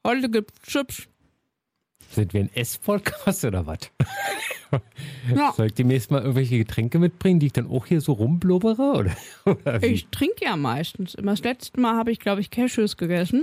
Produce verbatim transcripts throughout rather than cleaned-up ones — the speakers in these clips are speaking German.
Heute gibt's Chips. Sind wir ein Ess-Podcast oder was? Ja. Soll ich demnächst mal irgendwelche Getränke mitbringen, die ich dann auch hier so rumblubbere? Oder, oder wie? Ich trinke ja meistens. Immer das letzte Mal habe ich, glaube ich, Cashews gegessen.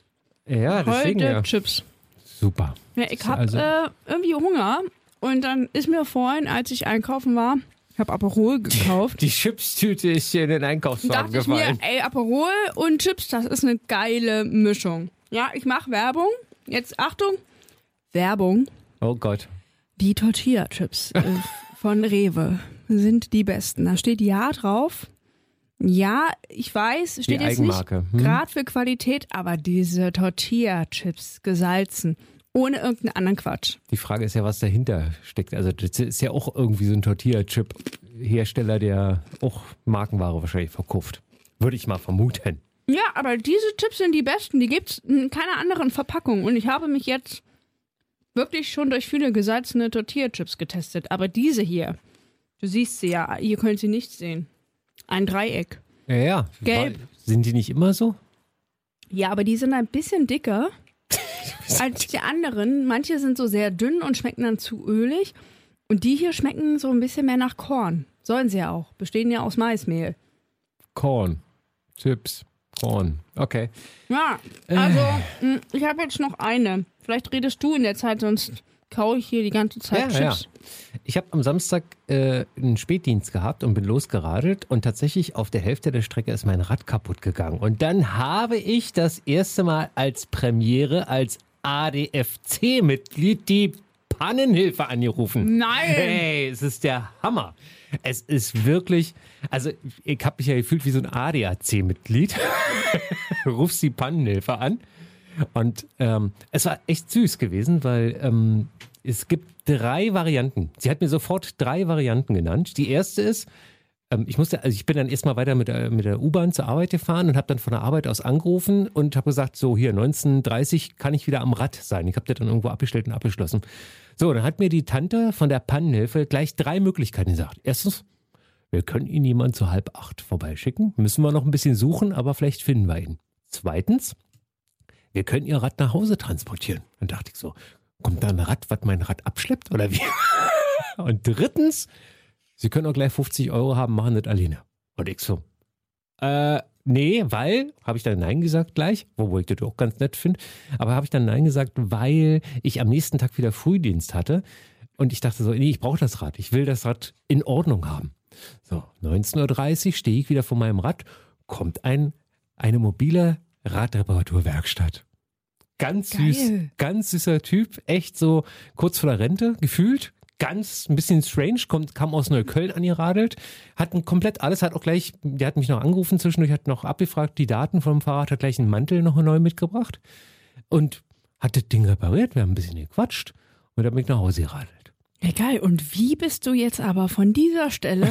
Ja, deswegen Heute ja. Chips. Super. Ja, ich Ist habe also- äh, irgendwie Hunger. Und dann ist mir vorhin, als ich einkaufen war, ich habe Aperol gekauft. Die Chipstüte ist hier in den Einkaufswagen dachte ich mir, gefallen. ey, Aperol und Chips, das ist eine geile Mischung. Ja, ich mache Werbung. Jetzt Achtung, Werbung. Oh Gott. Die Tortilla-Chips äh, von Rewe sind die besten. Da steht Ja drauf. Ja, ich weiß, steht Die jetzt Eigenmarke. nicht Hm. gerade für Qualität, aber diese Tortilla-Chips, gesalzen, ohne irgendeinen anderen Quatsch. Die Frage ist ja, was dahinter steckt. Also das ist ja auch irgendwie so ein Tortilla-Chip-Hersteller, der auch Markenware wahrscheinlich verkauft. Würde ich mal vermuten. Ja, aber diese Chips sind die besten. Die gibt's in keiner anderen Verpackung. Und ich habe mich jetzt wirklich schon durch viele gesalzene Tortilla-Chips getestet. Aber diese hier, du siehst sie ja, ihr könnt sie nicht sehen. Ein Dreieck. Ja, ja. Gelb. War- Sind die nicht immer so? Ja, aber die sind ein bisschen dicker als die anderen. Manche sind so sehr dünn und schmecken dann zu ölig. Und die hier schmecken so ein bisschen mehr nach Korn. Sollen sie ja auch. Bestehen ja aus Maismehl. Corn. Chips. Corn. Okay. Ja, also mh, ich habe jetzt noch eine. Vielleicht redest du in der Zeit, sonst kaue ich hier die ganze Zeit Ja, ja. Chips. Ich habe am Samstag äh, einen Spätdienst gehabt und bin losgeradelt und tatsächlich auf der Hälfte der Strecke ist mein Rad kaputt gegangen. Und dann habe ich das erste Mal als Premiere, als A D F C-Mitglied die Pannenhilfe angerufen. Nein! Hey, es ist der Hammer. Es ist wirklich, also ich habe mich ja gefühlt wie so ein A D A C-Mitglied. Rufst die Pannenhilfe an. Und ähm, es war echt süß gewesen, weil ähm, es gibt drei Varianten. Sie hat mir sofort drei Varianten genannt. Die erste ist, ähm, ich musste, also ich bin dann erstmal weiter mit der, mit der U-Bahn zur Arbeit gefahren und habe dann von der Arbeit aus angerufen und habe gesagt, so hier neunzehn Uhr dreißig kann ich wieder am Rad sein. Ich habe das dann irgendwo abgestellt und abgeschlossen. So, dann hat mir die Tante von der Pannenhilfe gleich drei Möglichkeiten gesagt. Erstens, wir können Ihnen jemanden zu halb acht vorbeischicken. Müssen wir noch ein bisschen suchen, aber vielleicht finden wir ihn. Zweitens, wir können Ihr Rad nach Hause transportieren. Dann dachte ich so, kommt da ein Rad, was mein Rad abschleppt oder wie? Und drittens, Sie können auch gleich fünfzig Euro haben, machen das alleine. Und ich so, äh, nee, weil, habe ich dann Nein gesagt gleich, wobei ich das auch ganz nett finde, aber habe ich dann Nein gesagt, weil ich am nächsten Tag wieder Frühdienst hatte und ich dachte so, nee, ich brauche das Rad, ich will das Rad in Ordnung haben. So, neunzehn Uhr dreißig stehe ich wieder vor meinem Rad, kommt ein, eine mobile Radreparaturwerkstatt. Ganz Geil. süß, ganz süßer Typ, echt so kurz vor der Rente gefühlt. Ganz ein bisschen strange, kommt, kam aus Neukölln angeradelt, hat ein komplett alles, hat auch gleich, der hat mich noch angerufen zwischendurch, hat noch abgefragt, die Daten vom Fahrrad, hat gleich einen Mantel noch neu mitgebracht und hat das Ding repariert, wir haben ein bisschen gequatscht und dann bin ich nach Hause geradelt. Ja, geil. Und wie bist du jetzt aber von dieser Stelle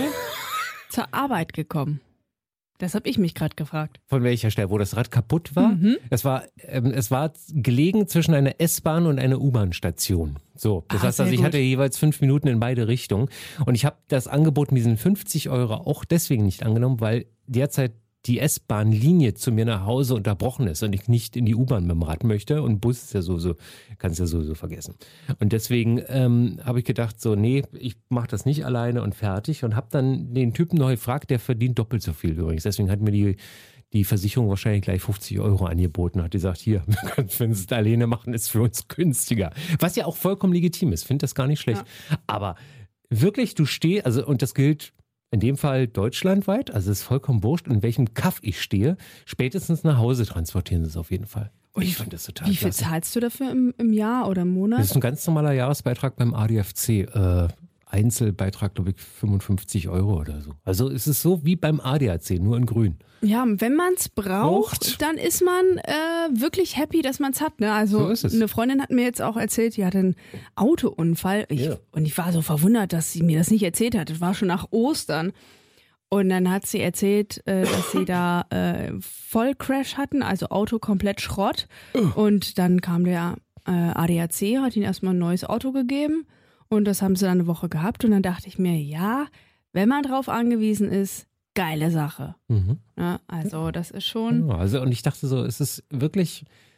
zur Arbeit gekommen? Das habe ich mich gerade gefragt. Von welcher Stelle, wo das Rad kaputt war? Mhm. Es war, ähm, es war gelegen zwischen einer S-Bahn und einer U-Bahn-Station. So, das Ah, heißt also, sehr ich gut. hatte jeweils fünf Minuten in beide Richtungen. Und ich habe das Angebot mit diesen fünfzig Euro auch deswegen nicht angenommen, weil derzeit die S-Bahn-Linie zu mir nach Hause unterbrochen ist und ich nicht in die U-Bahn mit dem Rad möchte. Und Bus ist ja sowieso, kannst ja sowieso vergessen. Und deswegen ähm, habe ich gedacht, so, nee, ich mache das nicht alleine und fertig. Und habe dann den Typen noch gefragt, der verdient doppelt so viel übrigens. Deswegen hat mir die, die Versicherung wahrscheinlich gleich fünfzig Euro angeboten. Hat gesagt, hier, wenn Sie es alleine machen, ist für uns günstiger. Was ja auch vollkommen legitim ist. Finde das gar nicht schlecht. Ja. Aber wirklich, du stehst, also, und das gilt in dem Fall deutschlandweit, also es ist vollkommen wurscht, in welchem Kaff ich stehe, spätestens nach Hause transportieren sie es auf jeden Fall. Und ich fand das total Wie viel klasse. zahlst du dafür im, im Jahr oder im Monat? Das ist ein ganz normaler Jahresbeitrag beim A D F C. Äh, Einzelbeitrag, glaube ich, fünfundfünfzig Euro oder so. Also es ist so wie beim A D A C, nur in grün. Ja, wenn man es braucht, Braucht. dann ist man äh, wirklich happy, dass man es hat. Ne? Also So ist es. eine Freundin hat mir jetzt auch erzählt, die hatte einen Autounfall. Ich, Ja. Und ich war so verwundert, dass sie mir das nicht erzählt hat. Das war schon nach Ostern. Und dann hat sie erzählt, äh, dass sie da äh, Vollcrash hatten, also Auto komplett Schrott. Und dann kam der äh, A D A C, hat ihnen erstmal ein neues Auto gegeben. Und das haben sie dann eine Woche gehabt. Und dann dachte ich mir, ja, wenn man drauf angewiesen ist, geile Sache. Mhm. Ja, also das ist schon... Ja, also und ich dachte so, es ist wirklich,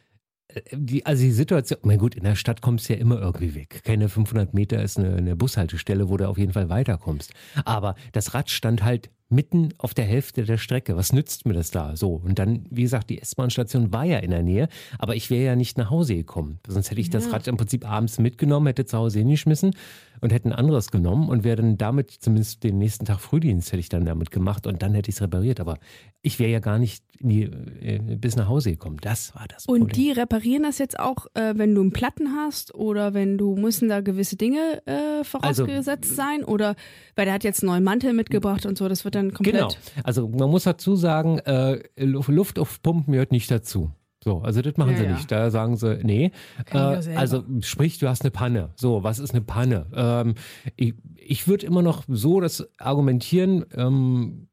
Die, also die Situation, mein gut, in der Stadt kommst du ja immer irgendwie weg. Keine fünfhundert Meter ist eine, eine Bushaltestelle, wo du auf jeden Fall weiterkommst. Aber das Rad stand halt mitten auf der Hälfte der Strecke. Was nützt mir das da? So. Und dann, wie gesagt, die S-Bahn-Station war ja in der Nähe, aber ich wäre ja nicht nach Hause gekommen. Sonst hätte ich ja. das Rad im Prinzip abends mitgenommen, hätte zu Hause hingeschmissen und hätte ein anderes genommen und wäre dann damit, zumindest den nächsten Tag Frühdienst hätte ich dann damit gemacht und dann hätte ich es repariert. Aber ich wäre ja gar nicht in die, äh, bis nach Hause gekommen. Das war das Problem. Und die reparieren das jetzt auch, äh, wenn du einen Platten hast oder wenn du, müssen da gewisse Dinge äh, vorausgesetzt also, sein? Oder, weil der hat jetzt einen neuen Mantel mitgebracht und so, das wird dann komplett... Genau, also man muss dazu sagen, äh, Luft auf Pumpen gehört nicht dazu. So, also das machen ja, sie ja. nicht. Da sagen sie, nee. Äh, also sprich, du hast eine Panne. So, was ist eine Panne? Ähm, ich ich würde immer noch so das argumentieren, ähm,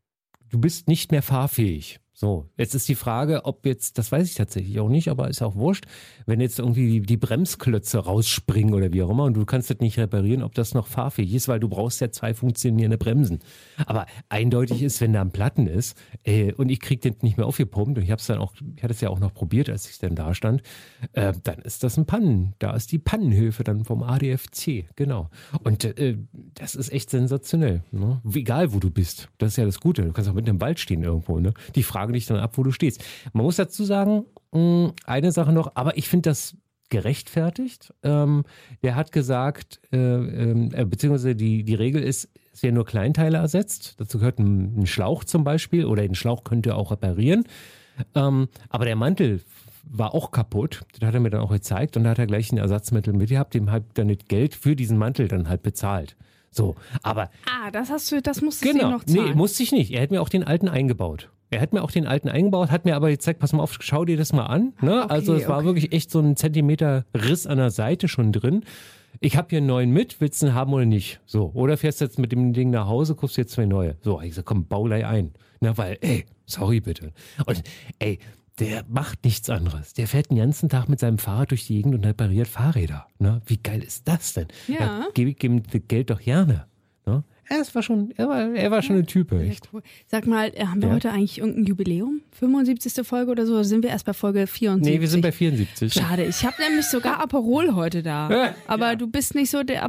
du bist nicht mehr fahrfähig. So, jetzt ist die Frage, ob jetzt, das weiß ich tatsächlich auch nicht, aber ist auch wurscht, wenn jetzt irgendwie die, die Bremsklötze rausspringen oder wie auch immer und du kannst das nicht reparieren, ob das noch fahrfähig ist, weil du brauchst ja zwei funktionierende Bremsen. Aber eindeutig ist, wenn da ein Platten ist äh, und ich krieg den nicht mehr aufgepumpt und ich hab's dann auch, ich hatte es ja auch noch probiert, als ich dann da stand, äh, dann ist das ein Pannen. Da ist die Pannenhilfe dann vom A D F C, genau. Und äh, das ist echt sensationell. Ne? Egal, wo du bist. Das ist ja das Gute. Du kannst auch mitten im Wald stehen irgendwo. Ne? Die Frage dich dann ab, wo du stehst. Man muss dazu sagen, mh, eine Sache noch, aber ich finde das gerechtfertigt. Ähm, der hat gesagt, äh, äh, beziehungsweise die, die Regel ist, es werden nur Kleinteile ersetzt. Dazu gehört ein, ein Schlauch zum Beispiel oder den Schlauch könnt ihr auch reparieren. Ähm, aber der Mantel war auch kaputt. Das hat er mir dann auch gezeigt und da hat er gleich ein Ersatzmittel mit gehabt, dem halt dann das Geld für diesen Mantel dann halt bezahlt. So, aber... Ah, das hast du, das musstest genau, du noch zahlen. Nee, musste ich nicht. Er hätte mir auch den alten eingebaut. Er hat mir auch den alten eingebaut, hat mir aber gezeigt, pass mal auf, schau dir das mal an. Ne? Okay, also es war okay. wirklich echt so ein Zentimeter Riss an der Seite schon drin. Ich habe hier einen neuen mit, willst du ihn haben oder nicht? So, oder fährst jetzt mit dem Ding nach Hause, kaufst jetzt zwei neue. So, ich sag, komm, bau gleich ein. Na, weil, ey, sorry bitte. Und ey, der macht nichts anderes. Der fährt den ganzen Tag mit seinem Fahrrad durch die Gegend und repariert Fahrräder. Ne? Wie geil ist das denn? Ja. Da gebe ich ihm das Geld doch gerne. Ne? Er, war schon, er, war, er war schon ein Typ, echt. Cool. Sag mal, haben wir Ja? heute eigentlich irgendein Jubiläum? fünfundsiebzigste Folge oder so? Oder sind wir erst bei Folge vierundsiebzig? Nee, wir sind bei vierundsiebzig. Schade, ich habe nämlich sogar Aperol heute da. Aber ja. Du bist nicht so der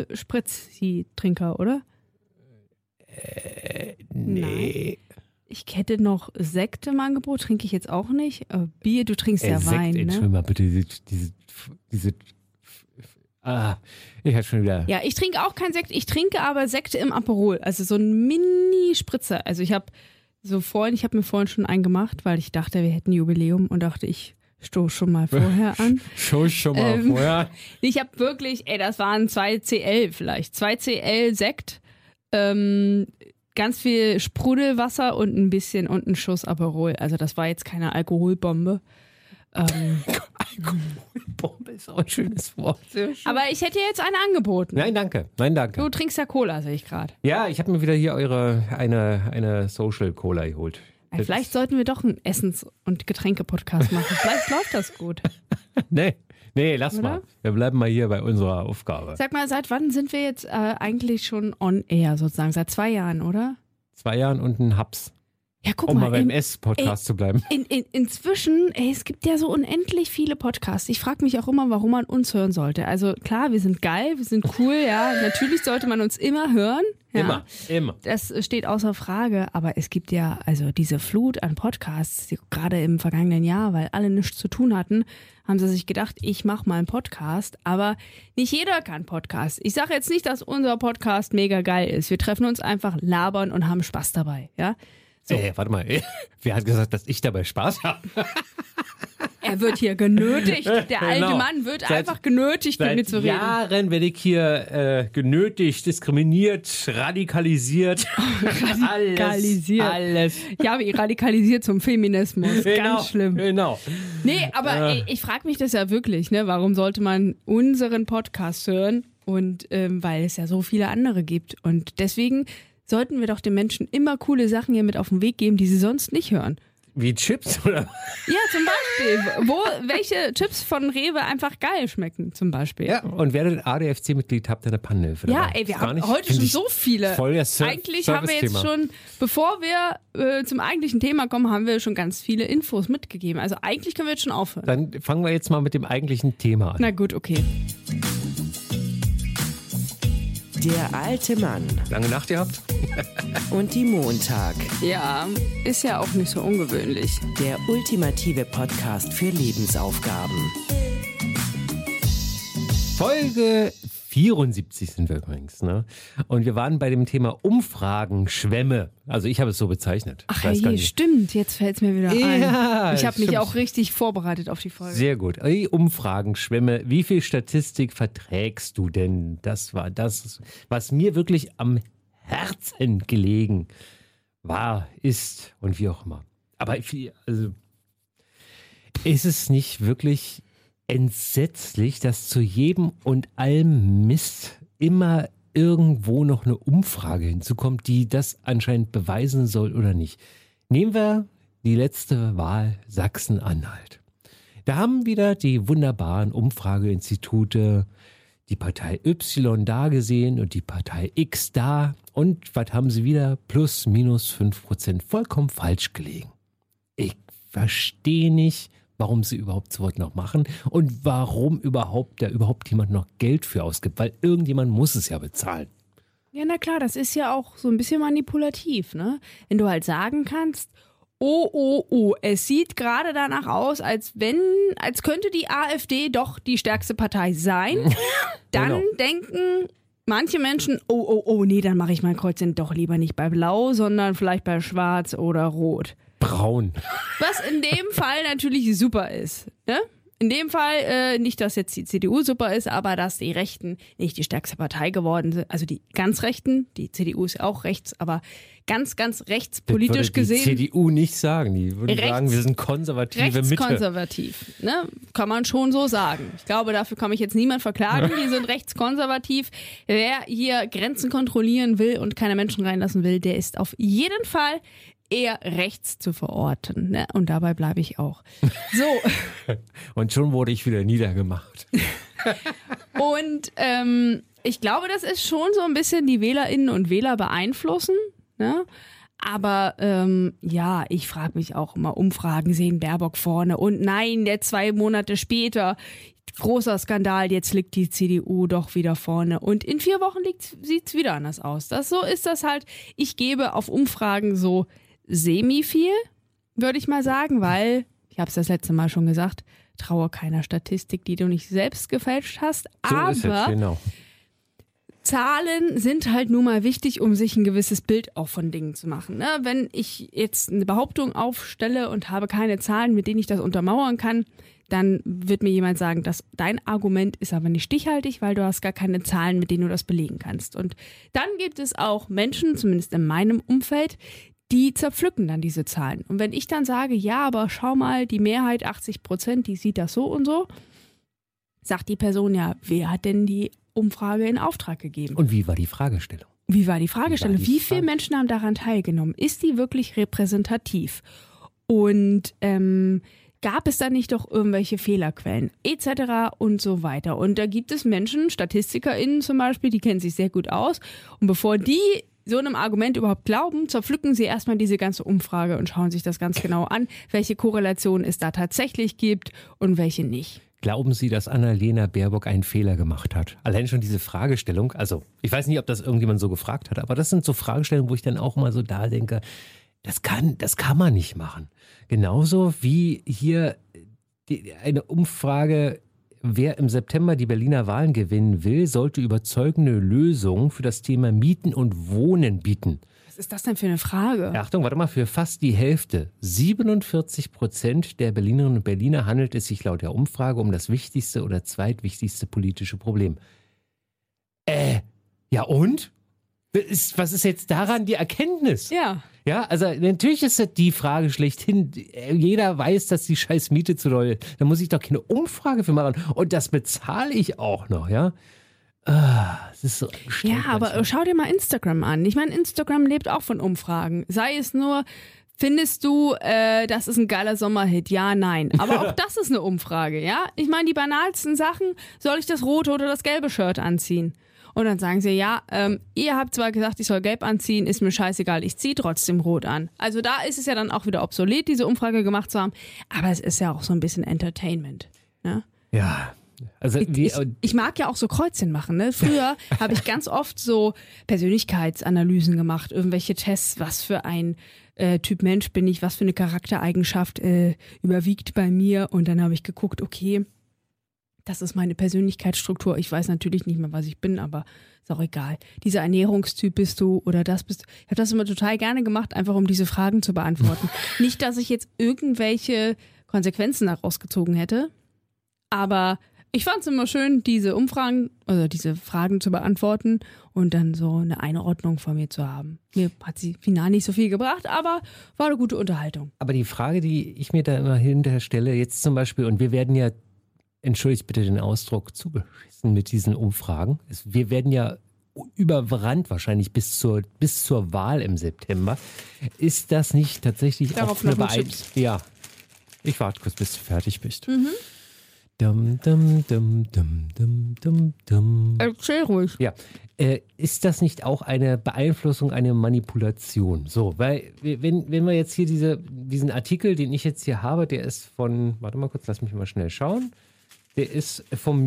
Aperol-Spritzi-Trinker, oder? Äh, nee. Nein. Ich hätte noch Sekt im Angebot, trinke ich jetzt auch nicht. Aber Bier, du trinkst äh, ja Sekt, Wein, Entschuldigung ne? mal bitte, diese, diese, diese ah, ich hatte schon wieder... Ja, ich trinke auch keinen Sekt, ich trinke aber Sekt im Aperol. Also so ein Mini-Spritzer. Also ich habe so vorhin, ich habe mir vorhin schon einen gemacht, weil ich dachte, wir hätten Jubiläum und dachte, ich stoße schon mal vorher an. Stoß schon mal Ähm, vorher. Ich habe wirklich, ey, das waren zwei C L vielleicht. zwei C L Sekt, ähm, ganz viel Sprudelwasser und ein bisschen und ein Schuss Aperol. Also das war jetzt keine Alkoholbombe. Ähm, Alkoholbombe ist auch ein schönes Wort. Sehr schön. aber ich hätte dir jetzt eine angeboten. Nein, danke. Nein, danke. Du trinkst ja Cola, sehe ich gerade. Ja, ich habe mir wieder hier eure eine, eine Social Cola geholt. Das Vielleicht ist- sollten wir doch einen Essens- und Getränke-Podcast machen. Vielleicht läuft das gut. Nee, nee, lass Oder? mal. Wir bleiben mal hier bei unserer Aufgabe. Sag mal, seit wann sind wir jetzt äh, eigentlich schon on air sozusagen? Seit zwei Jahren, oder? Zwei Jahren und ein Haps. Ja, guck Um mal mal. beim in, S-Podcast zu bleiben. in, in, inzwischen, ey, es gibt ja so unendlich viele Podcasts. Ich frage mich auch immer, warum man uns hören sollte. Also klar, wir sind geil, wir sind cool, ja. Natürlich sollte man uns immer hören. Ja. Immer, immer. Das steht außer Frage, aber es gibt ja also diese Flut an Podcasts, die, gerade im vergangenen Jahr, weil alle nichts zu tun hatten, haben sie sich gedacht, ich mache mal einen Podcast, aber nicht jeder kann Podcast. Ich sage jetzt nicht, dass unser Podcast mega geil ist. Wir treffen uns einfach, labern und haben Spaß dabei, ja. So. Äh, warte mal, wer hat gesagt, dass ich dabei Spaß habe? Er wird hier genötigt, der alte Genau. Mann wird Seit- einfach genötigt, mit mir Seit zu reden. Jahren werde ich hier äh, genötigt, diskriminiert, radikalisiert. Radikalisiert. Alles. Ich habe ihn radikalisiert zum Feminismus. Genau, Ganz schlimm. Genau. Nee, aber Äh. ey, ich frage mich das ja wirklich, ne? Warum sollte man unseren Podcast hören? Und ähm, weil es ja so viele andere gibt. Und deswegen sollten wir doch den Menschen immer coole Sachen hier mit auf den Weg geben, die sie sonst nicht hören. Wie Chips, oder? Ja, zum Beispiel. Wo, welche Chips von Rewe einfach geil schmecken, zum Beispiel. Ja, und wer ein A D F C-Mitglied, habt ihr eine Pannenhilfe dabei. Ja, ey, wir Gar haben nicht, heute schon ich so viele. Voll das Ser- Eigentlich haben wir jetzt Service-Thema. schon, bevor wir äh, zum eigentlichen Thema kommen, haben wir schon ganz viele Infos mitgegeben. Also eigentlich können wir jetzt schon aufhören. Dann fangen wir jetzt mal mit dem eigentlichen Thema an. Na gut, okay. Der alte Mann Lange Nacht gehabt? und die Montag. Ja, ist ja auch nicht so ungewöhnlich. Der ultimative Podcast für Lebensaufgaben. Folge vierundsiebzig sind wir übrigens, ne? Und wir waren bei dem Thema Umfragenschwämme. Also ich habe es so bezeichnet. Ach Ich weiß gar hey, nicht. stimmt, jetzt fällt es mir wieder Ja, ein. Ich habe mich stimmt. auch richtig vorbereitet auf die Folge. Sehr gut. Ey, Umfragenschwämme. Wie viel Statistik verträgst du denn? Das war das, was mir wirklich am Herzen gelegen war, ist und wie auch immer. Aber viel- also, ist es nicht wirklich entsetzlich, dass zu jedem und allem Mist immer irgendwo noch eine Umfrage hinzukommt, die das anscheinend beweisen soll oder nicht? Nehmen wir die letzte Wahl Sachsen-Anhalt. Da haben wieder die wunderbaren Umfrageinstitute die Partei Y da gesehen und die Partei X da. Und was haben sie wieder? Plus, minus fünf Prozent. Vollkommen falsch gelegen. Ich verstehe nicht, warum sie überhaupt sowas noch machen und warum überhaupt da überhaupt jemand noch Geld für ausgibt. Weil irgendjemand muss es ja bezahlen. Ja, na klar, das ist ja auch so ein bisschen manipulativ, ne? Wenn du halt sagen kannst, oh, oh, oh, es sieht gerade danach aus, als wenn, als könnte die AfD doch die stärkste Partei sein, dann Genau. denken manche Menschen, oh, oh, oh, nee, dann mache ich mein Kreuzchen doch lieber nicht bei Blau, sondern vielleicht bei Schwarz oder Rot. Braun. Was in dem Fall natürlich super ist. Ne? In dem Fall äh, nicht, dass jetzt die C D U super ist, aber dass die Rechten nicht die stärkste Partei geworden sind. Also die ganz Rechten, die C D U ist ja auch rechts, aber ganz, ganz rechtspolitisch Das würde gesehen. die C D U nicht sagen. Die würden Rechts- sagen, wir sind konservative Mitte. Rechtskonservativ, ne? Kann man schon so sagen. Ich glaube, dafür kann mich jetzt niemand verklagen. Die sind rechtskonservativ. Wer hier Grenzen kontrollieren will und keine Menschen reinlassen will, der ist auf jeden Fall eher rechts zu verorten. Ne? Und dabei bleibe ich auch. So. Und schon wurde ich wieder niedergemacht. Und ähm, ich glaube, das ist schon so ein bisschen die Wählerinnen und Wähler beeinflussen. Ne? Aber ähm, ja, ich frage mich auch immer, Umfragen sehen Baerbock vorne. Und nein, der zwei Monate später, großer Skandal, jetzt liegt die C D U doch wieder vorne. Und in vier Wochen sieht es wieder anders aus. Das, so ist das halt. Ich gebe auf Umfragen so semi viel, würde ich mal sagen, weil, ich habe es das letzte Mal schon gesagt, traue keiner Statistik, die du nicht selbst gefälscht hast. So Aber ist es, genau. Zahlen sind halt nun mal wichtig, um sich ein gewisses Bild auch von Dingen zu machen. Ne? Wenn ich jetzt eine Behauptung aufstelle und habe keine Zahlen, mit denen ich das untermauern kann, dann wird mir jemand sagen, dass dein Argument ist aber nicht stichhaltig, weil du hast gar keine Zahlen, mit denen du das belegen kannst. Und dann gibt es auch Menschen, zumindest in meinem Umfeld, die zerpflücken dann diese Zahlen. Und wenn ich dann sage, ja, aber schau mal, die Mehrheit, achtzig Prozent, die sieht das so und so, sagt die Person ja, wer hat denn die Umfrage in Auftrag gegeben? Und wie war die Fragestellung? Wie war die Fragestellung? Wie war Wie, die viele Frage? Menschen haben daran teilgenommen? Ist die wirklich repräsentativ? Und ähm, gab es da nicht doch irgendwelche Fehlerquellen et cetera und so weiter? Und da gibt es Menschen, StatistikerInnen zum Beispiel, die kennen sich sehr gut aus. Und bevor die so einem Argument überhaupt glauben, zerpflücken sie erstmal diese ganze Umfrage und schauen sich das ganz genau an, welche Korrelation es da tatsächlich gibt und welche nicht. Glauben Sie, dass Annalena Baerbock einen Fehler gemacht hat? Allein schon diese Fragestellung, also ich weiß nicht, ob das irgendjemand so gefragt hat, aber das sind so Fragestellungen, wo ich dann auch mal so da denke, das kann, das kann man nicht machen. Genauso wie hier die, eine Umfrage, wer im September die Berliner Wahlen gewinnen will, sollte überzeugende Lösungen für das Thema Mieten und Wohnen bieten. Was ist das denn für eine Frage? Achtung, warte mal, für fast die Hälfte, siebenundvierzig Prozent der Berlinerinnen und Berliner handelt es sich laut der Umfrage um das wichtigste oder zweitwichtigste politische Problem. Äh, ja und? Ist, was ist jetzt daran die Erkenntnis? Ja. Ja, also natürlich ist das die Frage schlechthin. Jeder weiß, dass die scheiß Miete zu doll ist. Da muss ich doch keine Umfrage für machen. Und das bezahle ich auch noch, ja? Ah, das ist so anstrengend Ja, aber manchmal. schau dir mal Instagram an. Ich meine, Instagram lebt auch von Umfragen. Sei es nur Findest du, äh, das ist ein geiler Sommerhit? Ja, nein. Aber auch das ist eine Umfrage, ja? Ich meine, die banalsten Sachen, soll ich das rote oder das gelbe Shirt anziehen? Und dann sagen sie, ja, ähm, ihr habt zwar gesagt, ich soll gelb anziehen, ist mir scheißegal, ich ziehe trotzdem rot an. Also da ist es ja dann auch wieder obsolet, diese Umfrage gemacht zu haben. Aber es ist ja auch so ein bisschen Entertainment. Ne? Ja. Also ich, wie, ich, ich mag ja auch so Kreuzchen machen. Ne? Früher habe ich ganz oft so Persönlichkeitsanalysen gemacht, irgendwelche Tests, was für ein äh, Typ Mensch bin ich, was für eine Charaktereigenschaft äh, überwiegt bei mir. Und dann habe ich geguckt, okay, das ist meine Persönlichkeitsstruktur. Ich weiß natürlich nicht mehr, was ich bin, aber ist auch egal. Dieser Ernährungstyp bist du oder das bist du. Ich habe das immer total gerne gemacht, einfach um diese Fragen zu beantworten. Nicht, dass ich jetzt irgendwelche Konsequenzen daraus gezogen hätte, aber ich fand es immer schön, diese Umfragen, also diese Fragen zu beantworten und dann so eine Einordnung von mir zu haben. Mir hat sie final nicht so viel gebracht, aber war eine gute Unterhaltung. Aber die Frage, die ich mir da immer hinterher stelle, jetzt zum Beispiel, und wir werden ja, entschuldigt bitte den Ausdruck, zugeschissen mit diesen Umfragen. Wir werden ja überrannt wahrscheinlich bis zur, bis zur Wahl im September. Ist das nicht tatsächlich Darauf auch eine noch ein Beeinflussung? Ja, ich warte kurz, bis du fertig bist. Mhm. Dum, dum, dum, dum, dum, dum, dum. Erzähl ruhig. Ja, äh, ist das nicht auch eine Beeinflussung, eine Manipulation? So, weil wenn, wenn wir jetzt hier diese, diesen Artikel, den ich jetzt hier habe, der ist von, warte mal kurz, lass mich mal schnell schauen. Der ist vom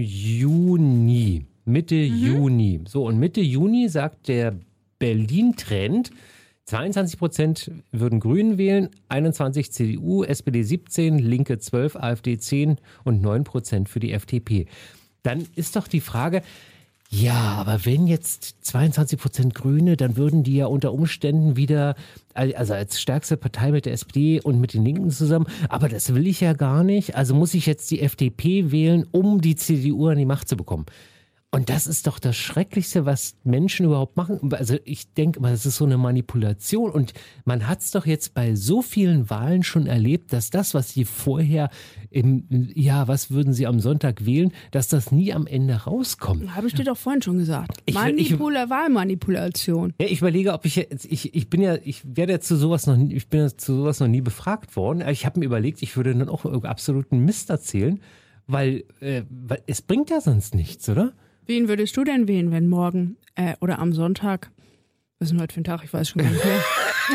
Juni, Mitte mhm. Juni. So, und Mitte Juni sagt der Berlin-Trend, zweiundzwanzig Prozent würden Grünen wählen, einundzwanzig C D U, S P D siebzehn, Linke zwölf, AfD zehn und neun Prozent für die F D P. Dann ist doch die Frage, ja, aber wenn jetzt zweiundzwanzig Prozent Grüne, dann würden die ja unter Umständen wieder, also als stärkste Partei mit der S P D und mit den Linken zusammen, aber das will ich ja gar nicht, also muss ich jetzt die F D P wählen, um die C D U an die Macht zu bekommen. Und das ist doch das Schrecklichste, was Menschen überhaupt machen. Also ich denke mal, das ist so eine Manipulation. Und man hat es doch jetzt bei so vielen Wahlen schon erlebt, dass das, was sie vorher im, ja, was würden sie am Sonntag wählen, dass das nie am Ende rauskommt. Habe ich dir doch vorhin schon gesagt. Ich, Manipula- ich, Wahlmanipulation. Ja, ich überlege, ob ich jetzt, ich, ich bin ja, ich werde ja zu sowas noch, ich bin ja zu sowas noch nie befragt worden. Ich habe mir überlegt, ich würde dann auch absoluten Mist erzählen, weil, äh, weil es bringt ja sonst nichts, oder? Wen würdest du denn wählen, wenn morgen äh, oder am Sonntag, was ist denn heute für ein Tag, ich weiß schon gar nicht mehr.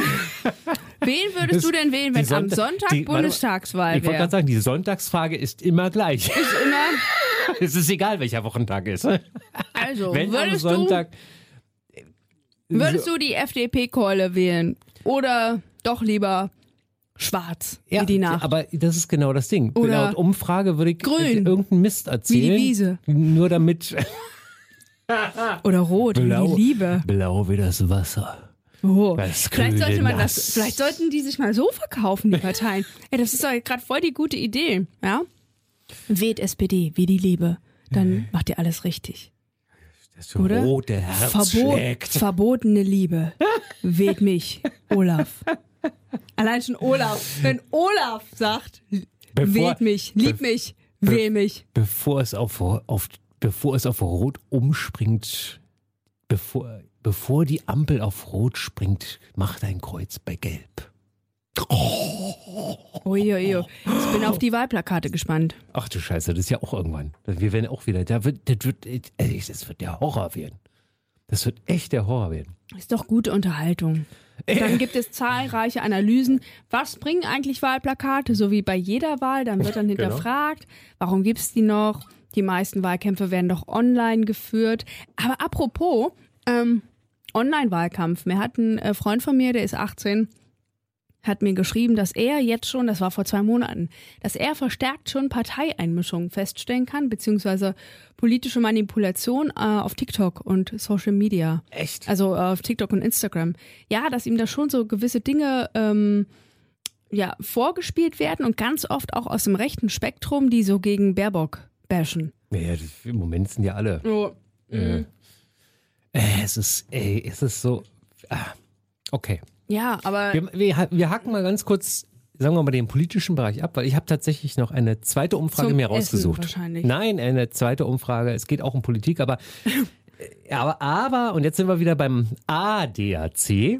Wen würdest das, du denn wählen, wenn Sonntag, am Sonntag die, Bundestagswahl wäre? Ich wollte gerade sagen, die Sonntagsfrage ist immer gleich. Ist immer. Es ist egal, welcher Wochentag ist. Also, wenn würdest, am Sonntag, du, würdest du die F D P-Keule wählen oder doch lieber schwarz, ja, wie die Nacht? Aber das ist genau das Ding. Oder laut Umfrage würde ich grün, irgendeinen Mist erzählen. Wie die Wiese. Nur damit... Oder rot, blau, wie die Liebe. Blau wie das Wasser. Oh. Das vielleicht, sollte man nass. das, vielleicht sollten die sich mal so verkaufen, die Parteien. Ja, das ist doch gerade voll die gute Idee. Ja? Wählt S P D, wie die Liebe. Dann macht ihr alles richtig. Das so oder? Rote Herz Verbot, schlägt. Verbotene Liebe. Wählt mich, Olaf. Allein schon Olaf. Wenn Olaf sagt, Bevor, wählt mich, lieb be, mich, be, wähl mich. Bevor es auf, auf, bevor es auf Rot umspringt, bevor, bevor die Ampel auf Rot springt, mach dein Kreuz bei Gelb. Oh. Uiuiui. Ich bin auf die Wahlplakate gespannt. Ach du Scheiße, das ist ja auch irgendwann. Wir werden auch wieder, da wird, das wird, das wird der Horror werden. Das wird echt der Horror werden. Ist doch gute Unterhaltung. Dann gibt es zahlreiche Analysen. Was bringen eigentlich Wahlplakate? So wie bei jeder Wahl. Dann wird dann hinterfragt, warum gibt es die noch? Die meisten Wahlkämpfe werden doch online geführt. Aber apropos ähm, Online-Wahlkampf. Mir hat ein äh, Freund von mir, der ist achtzehn, hat mir geschrieben, dass er jetzt schon, das war vor zwei Monaten, dass er verstärkt schon Parteieinmischungen feststellen kann, beziehungsweise politische Manipulation äh, auf TikTok und Social Media. Echt? Also äh, auf TikTok und Instagram. Ja, dass ihm da schon so gewisse Dinge ähm, ja, vorgespielt werden und ganz oft auch aus dem rechten Spektrum, die so gegen Baerbock bashen. Naja, im Moment sind ja alle. Oh. Äh, Mhm. äh, es ist, ey, es ist so. Ah, okay. Ja, aber Wir, wir, wir hacken mal ganz kurz, sagen wir mal, den politischen Bereich ab, weil ich habe tatsächlich noch eine zweite Umfrage Zum mir rausgesucht. Essen wahrscheinlich. Nein, eine zweite Umfrage. Es geht auch um Politik, aber, aber, aber, und jetzt sind wir wieder beim A D A C.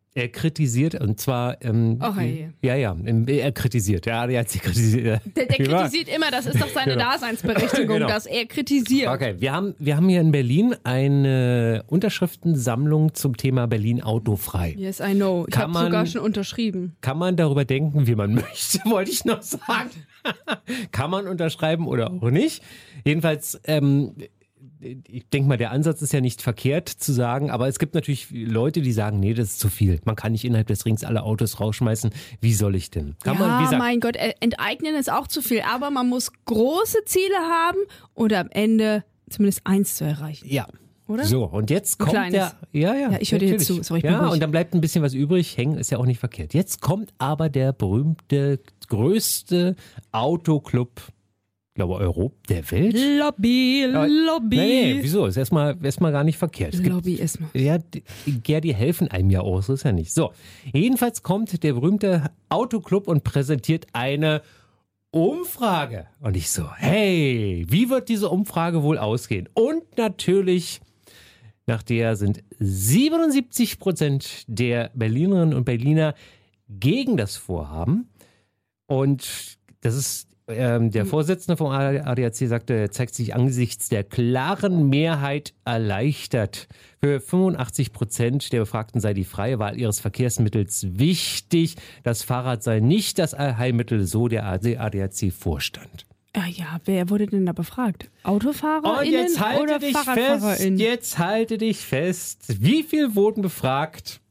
Er kritisiert, und zwar, ähm, Ach, hey. ja, ja, er kritisiert, ja, der hat sie kritisiert. Der, der kritisiert immer, das ist doch seine Genau. Daseinsberechtigung, Genau. dass er kritisiert. Okay, wir haben, wir haben hier in Berlin eine Unterschriftensammlung zum Thema Berlin autofrei. Yes, I know. Ich Kann habe man- sogar schon unterschrieben. Kann man darüber denken, wie man möchte, wollte ich noch sagen. Kann man unterschreiben oder auch nicht. Jedenfalls, ähm, ich denke mal, der Ansatz ist ja nicht verkehrt zu sagen, aber es gibt natürlich Leute, die sagen, nee, das ist zu viel. Man kann nicht innerhalb des Rings alle Autos rausschmeißen. Wie soll ich denn? Kann ja, man, wie gesagt, mein Gott, äh, enteignen ist auch zu viel, aber man muss große Ziele haben und am Ende zumindest eins zu erreichen. ja. Oder? So, und jetzt kommt kleines. der. Ja, ja. Ja, ich höre dir natürlich. zu. Sorry, ich bin ja, ruhig. und dann bleibt ein bisschen was übrig. Hängen ist ja auch nicht verkehrt. Jetzt kommt aber der berühmte, größte Autoclub, ich glaube, Europa der Welt. Lobby, Aber- Lobby. Nee, nee, wieso? Ist erstmal erstmal gar nicht verkehrt. Es gibt, Lobbyismus. ja, die, ja, die helfen einem ja auch, so ist ja nicht. So, jedenfalls kommt der berühmte Autoclub und präsentiert eine Umfrage. Und ich so, hey, wie wird diese Umfrage wohl ausgehen? Und natürlich, nach der sind siebenundsiebzig Prozent der Berlinerinnen und Berliner gegen das Vorhaben. Und das ist ähm, der Vorsitzende vom A D A C sagte, er zeigt sich angesichts der klaren Mehrheit erleichtert. Für fünfundachtzig Prozent der Befragten sei die freie Wahl ihres Verkehrsmittels wichtig. Das Fahrrad sei nicht das Allheilmittel, so der A D A C-Vorstand. Ah ja, wer wurde denn da befragt? AutofahrerInnen Und jetzt halte oder dich fest, FahrradfahrerInnen? jetzt halte dich fest. Wie viel wurden befragt?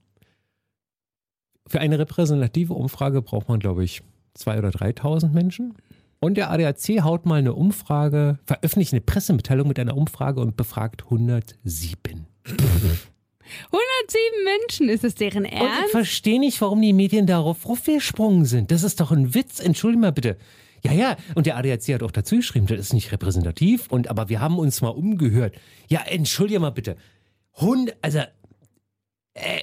Für eine repräsentative Umfrage braucht man, glaube ich, zweitausend oder dreitausend Menschen. Und der A D A C haut mal eine Umfrage, veröffentlicht eine Pressemitteilung mit einer Umfrage und befragt hundertsieben. hundertsieben Menschen, ist das deren Und ich Ernst? verstehe nicht, warum die Medien darauf aufgesprungen sind. Das ist doch ein Witz. Entschuldigung mal bitte. Ja, ja, und der A D A C hat auch dazu geschrieben, das ist nicht repräsentativ, und aber wir haben uns mal umgehört. Ja, entschuldige mal bitte. Hund, also, äh,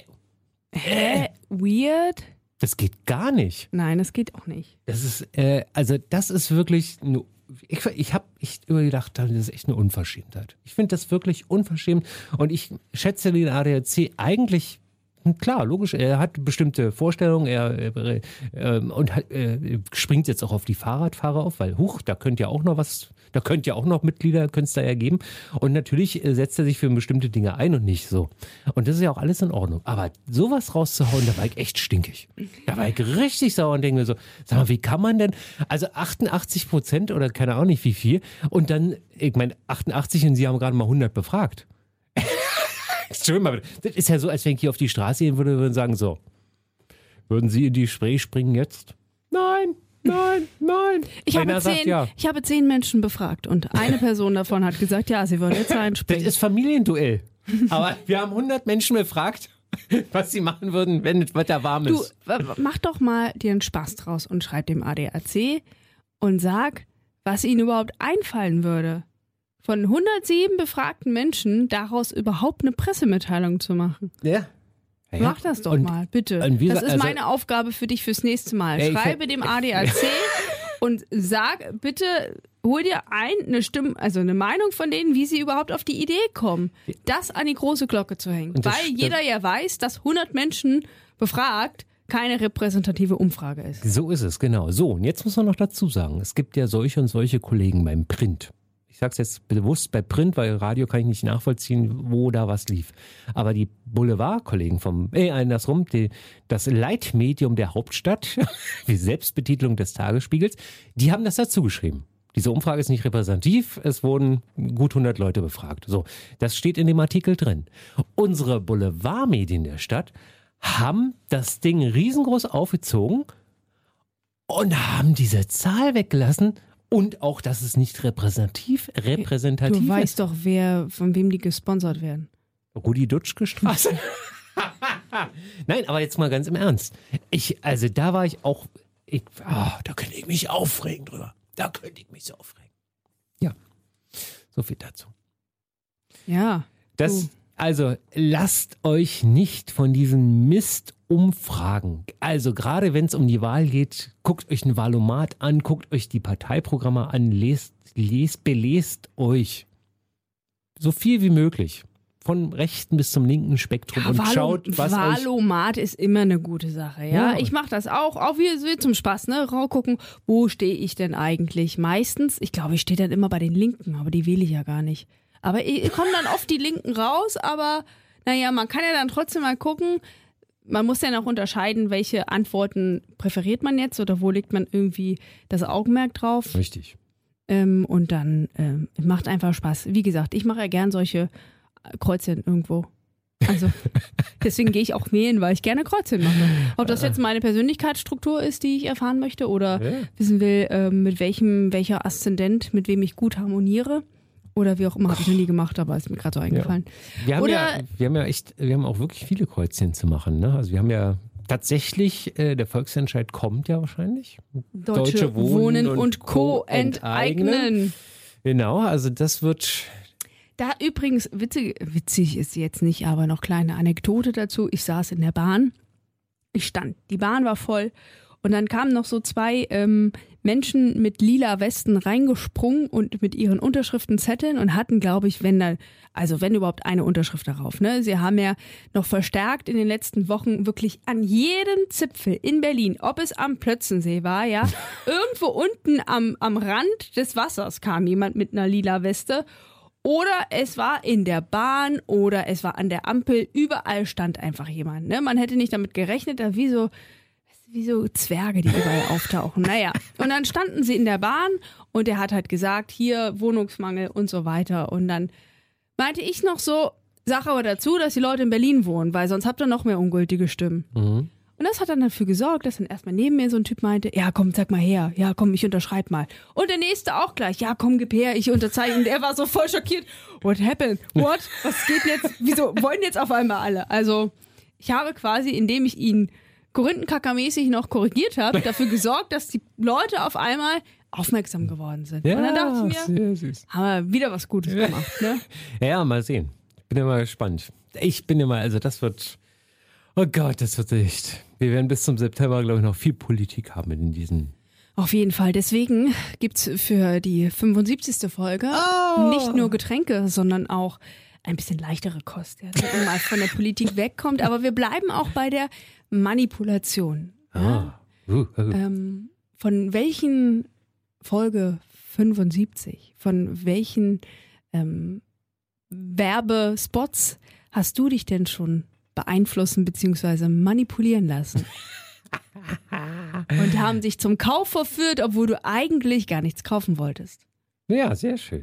Hä? Weird? das geht gar nicht. Nein, das geht auch nicht. Das ist, äh, also das ist wirklich, eine, ich, ich habe echt übergedacht, das ist echt eine Unverschämtheit. Ich finde das wirklich unverschämt, und ich schätze den A D A C eigentlich. Klar, logisch, er hat bestimmte Vorstellungen, er äh, äh, und hat, äh, springt jetzt auch auf die Fahrradfahrer auf, weil, huch, da könnte ja auch noch was, da könnte ja auch noch Mitglieder, könnte es da ja geben. Und natürlich äh, setzt er sich für bestimmte Dinge ein und nicht so. Und das ist ja auch alles in Ordnung. Aber sowas rauszuhauen, da war ich echt stinkig. Da war ich richtig sauer und denke mir so, sag mal, wie kann man denn, also achtundachtzig Prozent oder keine Ahnung nicht wie viel, und dann, ich meine, achtundachtzig und Sie haben gerade mal hundert befragt. Entschuldigung mal bitte. Das ist ja so, als wenn ich hier auf die Straße gehen würde und sagen, so, würden Sie in die Spree springen jetzt? Nein, nein, nein. Ich Einer habe, sagt zehn, ja. ich habe zehn Menschen befragt und eine Person davon hat gesagt, ja, sie würde jetzt Das reinspringen. ist Familienduell. Aber wir haben hundert Menschen befragt, was sie machen würden, wenn das Wetter warm Du, ist. w- mach doch mal dir einen Spaß draus und schreib dem A D A C und sag, was ihnen überhaupt einfallen würde, von hundertsieben befragten Menschen daraus überhaupt eine Pressemitteilung zu machen. Ja. Ja. Mach das doch Und- mal, bitte. und wie Das gesagt, ist also- meine Aufgabe für dich fürs nächste Mal. Ey, ich Schreibe hab- dem A D A C und sag, bitte hol dir ein, eine Stimme, also eine Meinung von denen, wie sie überhaupt auf die Idee kommen, das an die große Glocke zu hängen. Und das Weil stimmt. jeder ja weiß, dass hundert Menschen befragt keine repräsentative Umfrage ist. So ist es, genau. So, und jetzt muss man noch dazu sagen, es gibt ja solche und solche Kollegen beim Print. Ich sage es jetzt bewusst bei Print, weil Radio kann ich nicht nachvollziehen, wo da was lief. Aber die Boulevardkollegen vom, äh, andersrum, die, das Leitmedium der Hauptstadt, die Selbstbetitlung des Tagesspiegels, die haben das dazu geschrieben. Diese Umfrage ist nicht repräsentativ, es wurden gut hundert Leute befragt. So, das steht in dem Artikel drin. Unsere Boulevardmedien der Stadt haben das Ding riesengroß aufgezogen und haben diese Zahl weggelassen. Und auch, dass es nicht repräsentativ, repräsentativ Du weißt ist. doch, wer, von wem die gesponsert werden. Rudi Dutschke Straße. Nein, aber jetzt mal ganz im Ernst. Ich, also da war ich auch, ich, ah, da könnte ich mich aufregen drüber. Da könnte ich mich so aufregen. Ja, so viel dazu. Ja. Das, Du. also lasst euch nicht von diesen Mistumfragen, also gerade wenn es um die Wahl geht, guckt euch ein Wahlomat an, guckt euch die Parteiprogramme an, lest, lest, belest euch so viel wie möglich. vom rechten bis zum linken Spektrum Ja, und Valo- schaut, was euch... Valomat ist immer eine gute Sache, ja. Ja. Ich mache das auch, auch wie, wie zum Spaß, ne? Rau gucken, wo stehe ich denn eigentlich? Meistens, ich glaube, ich stehe dann immer bei den Linken, aber die wähle ich ja gar nicht. Aber ich komme dann oft die Linken raus, aber naja, man kann ja dann trotzdem mal gucken. Man muss ja noch unterscheiden, welche Antworten präferiert man jetzt oder wo legt man irgendwie das Augenmerk drauf. Richtig. Ähm, und dann ähm, macht einfach Spaß. Wie gesagt, ich mache ja gern solche Kreuzchen irgendwo. Also deswegen gehe ich auch wählen, weil ich gerne Kreuzchen mache. Ob das jetzt meine Persönlichkeitsstruktur ist, die ich erfahren möchte oder Ja. wissen will, ähm, mit welchem, welcher Aszendent, mit wem ich gut harmoniere oder wie auch immer, habe ich noch nie gemacht, aber ist mir gerade so eingefallen. Wir haben, Oder- ja, wir haben ja echt, wir haben auch wirklich viele Kreuzchen zu machen. Ne? Also wir haben ja tatsächlich, äh, der Volksentscheid kommt ja wahrscheinlich. Deutsche, Deutsche Wohnen, Wohnen und, und Co. Co. enteignen. enteignen. Genau, also das wird... Da übrigens, witzig, witzig ist sie jetzt nicht, aber noch kleine Anekdote dazu. Ich saß in der Bahn, ich stand, die Bahn war voll und dann kamen noch so zwei ähm, Menschen mit lila Westen reingesprungen und mit ihren Unterschriftenzetteln und hatten, glaube ich, wenn da, also wenn überhaupt eine Unterschrift darauf. Ne? Sie haben ja noch verstärkt in den letzten Wochen wirklich an jedem Zipfel in Berlin, ob es am Plötzensee war, ja, irgendwo unten am, am Rand des Wassers kam jemand mit einer lila Weste. Oder es war in der Bahn oder es war an der Ampel. Überall stand einfach jemand. Ne? Man hätte nicht damit gerechnet, da wie so, wie so Zwerge, die überall auftauchen. Naja, und dann standen sie in der Bahn und er hat halt gesagt, hier Wohnungsmangel und so weiter. Und dann meinte ich noch so, sag aber dazu, dass die Leute in Berlin wohnen, weil sonst habt ihr noch mehr ungültige Stimmen. Mhm. Und das hat dann dafür gesorgt, dass dann erstmal neben mir so ein Typ meinte, ja komm, sag mal her, ja komm, ich unterschreib mal. Und der nächste auch gleich, ja komm, gib her, ich unterzeichne. Und er war so voll schockiert. What happened? What? Was geht jetzt? Wieso wollen jetzt auf einmal alle? Also ich habe quasi, indem ich ihn Korinthenkackermäßig noch korrigiert habe, dafür gesorgt, dass die Leute auf einmal aufmerksam geworden sind. Ja, Und dann dachte ich mir, sehr süß. haben wir wieder was Gutes gemacht. Ne? Ja, mal sehen. Ich bin ja mal gespannt. Ich bin ja mal, also das wird, oh Gott, das wird echt. Wir werden bis zum September, glaube ich, noch viel Politik haben in diesen. Auf jeden Fall. Deswegen gibt's für die fünfundsiebzigste Folge Oh. nicht nur Getränke, sondern auch ein bisschen leichtere Kost, ja, damit man mal von der Politik wegkommt. Aber wir bleiben auch bei der Manipulation. Ja? Ah. Uh, uh. Ähm, von welchen Folge fünfundsiebzig, von welchen ähm, Werbespots hast du dich denn schon beeinflussen bzw. manipulieren lassen? Und haben dich zum Kauf verführt, obwohl du eigentlich gar nichts kaufen wolltest. Ja, sehr schön.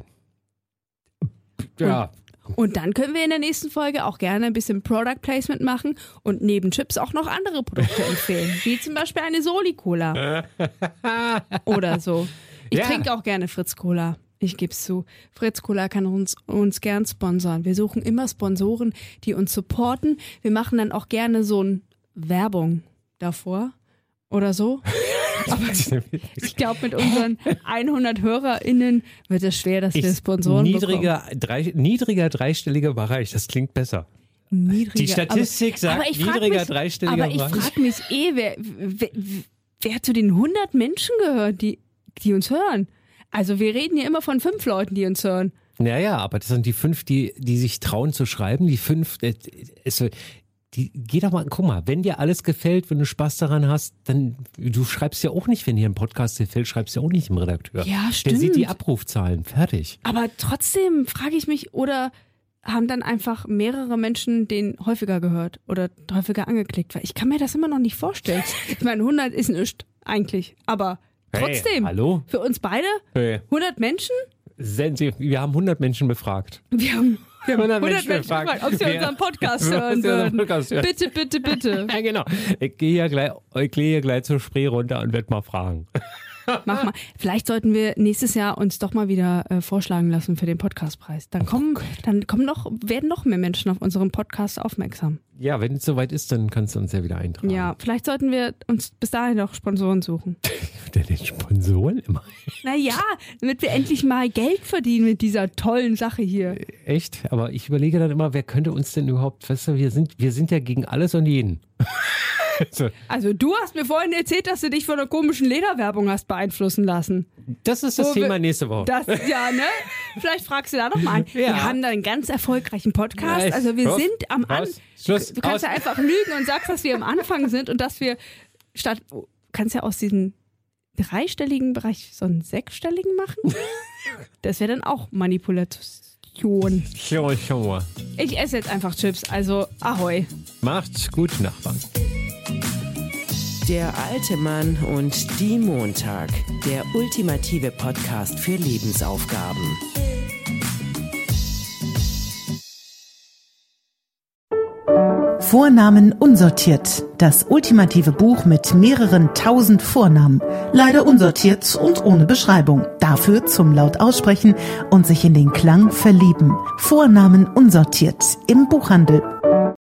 Ja. Und dann können wir in der nächsten Folge auch gerne ein bisschen Product Placement machen und neben Chips auch noch andere Produkte empfehlen, wie zum Beispiel eine Soli-Cola oder so. Ich Ja. trinke auch gerne Fritz-Cola. Ich gebe es zu. Fritz-Cola kann uns, uns gern sponsern. Wir suchen immer Sponsoren, die uns supporten. Wir machen dann auch gerne so eine Werbung davor oder so. Aber ich glaube, mit unseren hundert HörerInnen wird es schwer, dass wir Sponsoren niedriger, drei, niedriger dreistelliger Bereich, das klingt besser. bekommen. Niedriger. Die Statistik aber, sagt, aber ich frag niedriger mich, dreistelliger Aber ich Bereich. frage mich eh, wer, wer, wer zu den hundert Menschen gehört, die, die uns hören. Also wir reden hier immer von fünf Leuten, die uns hören. Naja, aber das sind die fünf, die, die sich trauen zu schreiben. Die fünf, äh, es, die, geh doch mal, guck mal, wenn dir alles gefällt, wenn du Spaß daran hast, dann, du schreibst ja auch nicht, wenn dir ein Podcast gefällt, schreibst du ja auch nicht im Redakteur. Ja, Der stimmt. sieht die Abrufzahlen, fertig. Aber trotzdem frage ich mich, oder haben dann einfach mehrere Menschen den häufiger gehört oder häufiger angeklickt? Weil ich kann mir das immer noch nicht vorstellen. Ich meine, hundert ist nichts eigentlich, aber trotzdem, Hey, hallo? für uns beide Hey. hundert Menschen? Sensi, wir haben hundert Menschen befragt. Wir haben, wir haben hundert hundert Menschen Menschen gefragt, gefragt, ob sie wer- unseren Podcast ob hören sie unseren würden. Podcast hören. Bitte, bitte, bitte. Ja, genau. Ich gehe ja gleich, ich gehe hier gleich zur Spree runter und werde mal fragen. Mach mal. Vielleicht sollten wir nächstes Jahr uns doch mal wieder äh, vorschlagen lassen für den Podcastpreis. Dann kommen, dann kommen noch, werden noch mehr Menschen auf unseren Podcast aufmerksam. Ja, wenn es soweit ist, dann kannst du uns ja wieder eintragen. Ja, vielleicht sollten wir uns bis dahin noch Sponsoren suchen. Der den Sponsoren immer. Naja, damit wir endlich mal Geld verdienen mit dieser tollen Sache hier. Echt? Aber ich überlege dann immer, wer könnte uns denn überhaupt, weißt du, wir sind, wir sind ja gegen alles und jeden. Also, Also du hast mir vorhin erzählt, dass du dich von einer komischen Lederwerbung hast beeinflussen lassen. das ist das Wo Thema wir- nächste Woche. Das, ja, ne? Vielleicht fragst du da doch mal an. Ja. Wir haben da einen ganz erfolgreichen Podcast. Nice. Also wir Raus, sind am An... raus, Schluss, Du kannst aus. ja einfach lügen und sagst, dass wir am Anfang sind und dass wir statt... Du kannst ja aus diesem dreistelligen Bereich so einen sechsstelligen machen. Das wäre dann auch Manipulation. Schau, schau mal. Ich esse jetzt einfach Chips, also ahoi. Macht's gut, Nachbarn. Der alte Mann und die Montag. Der ultimative Podcast für Lebensaufgaben. Vornamen unsortiert. Das ultimative Buch mit mehreren tausend Vornamen. Leider unsortiert und ohne Beschreibung. Dafür zum laut aussprechen und sich in den Klang verlieben. Vornamen unsortiert im Buchhandel.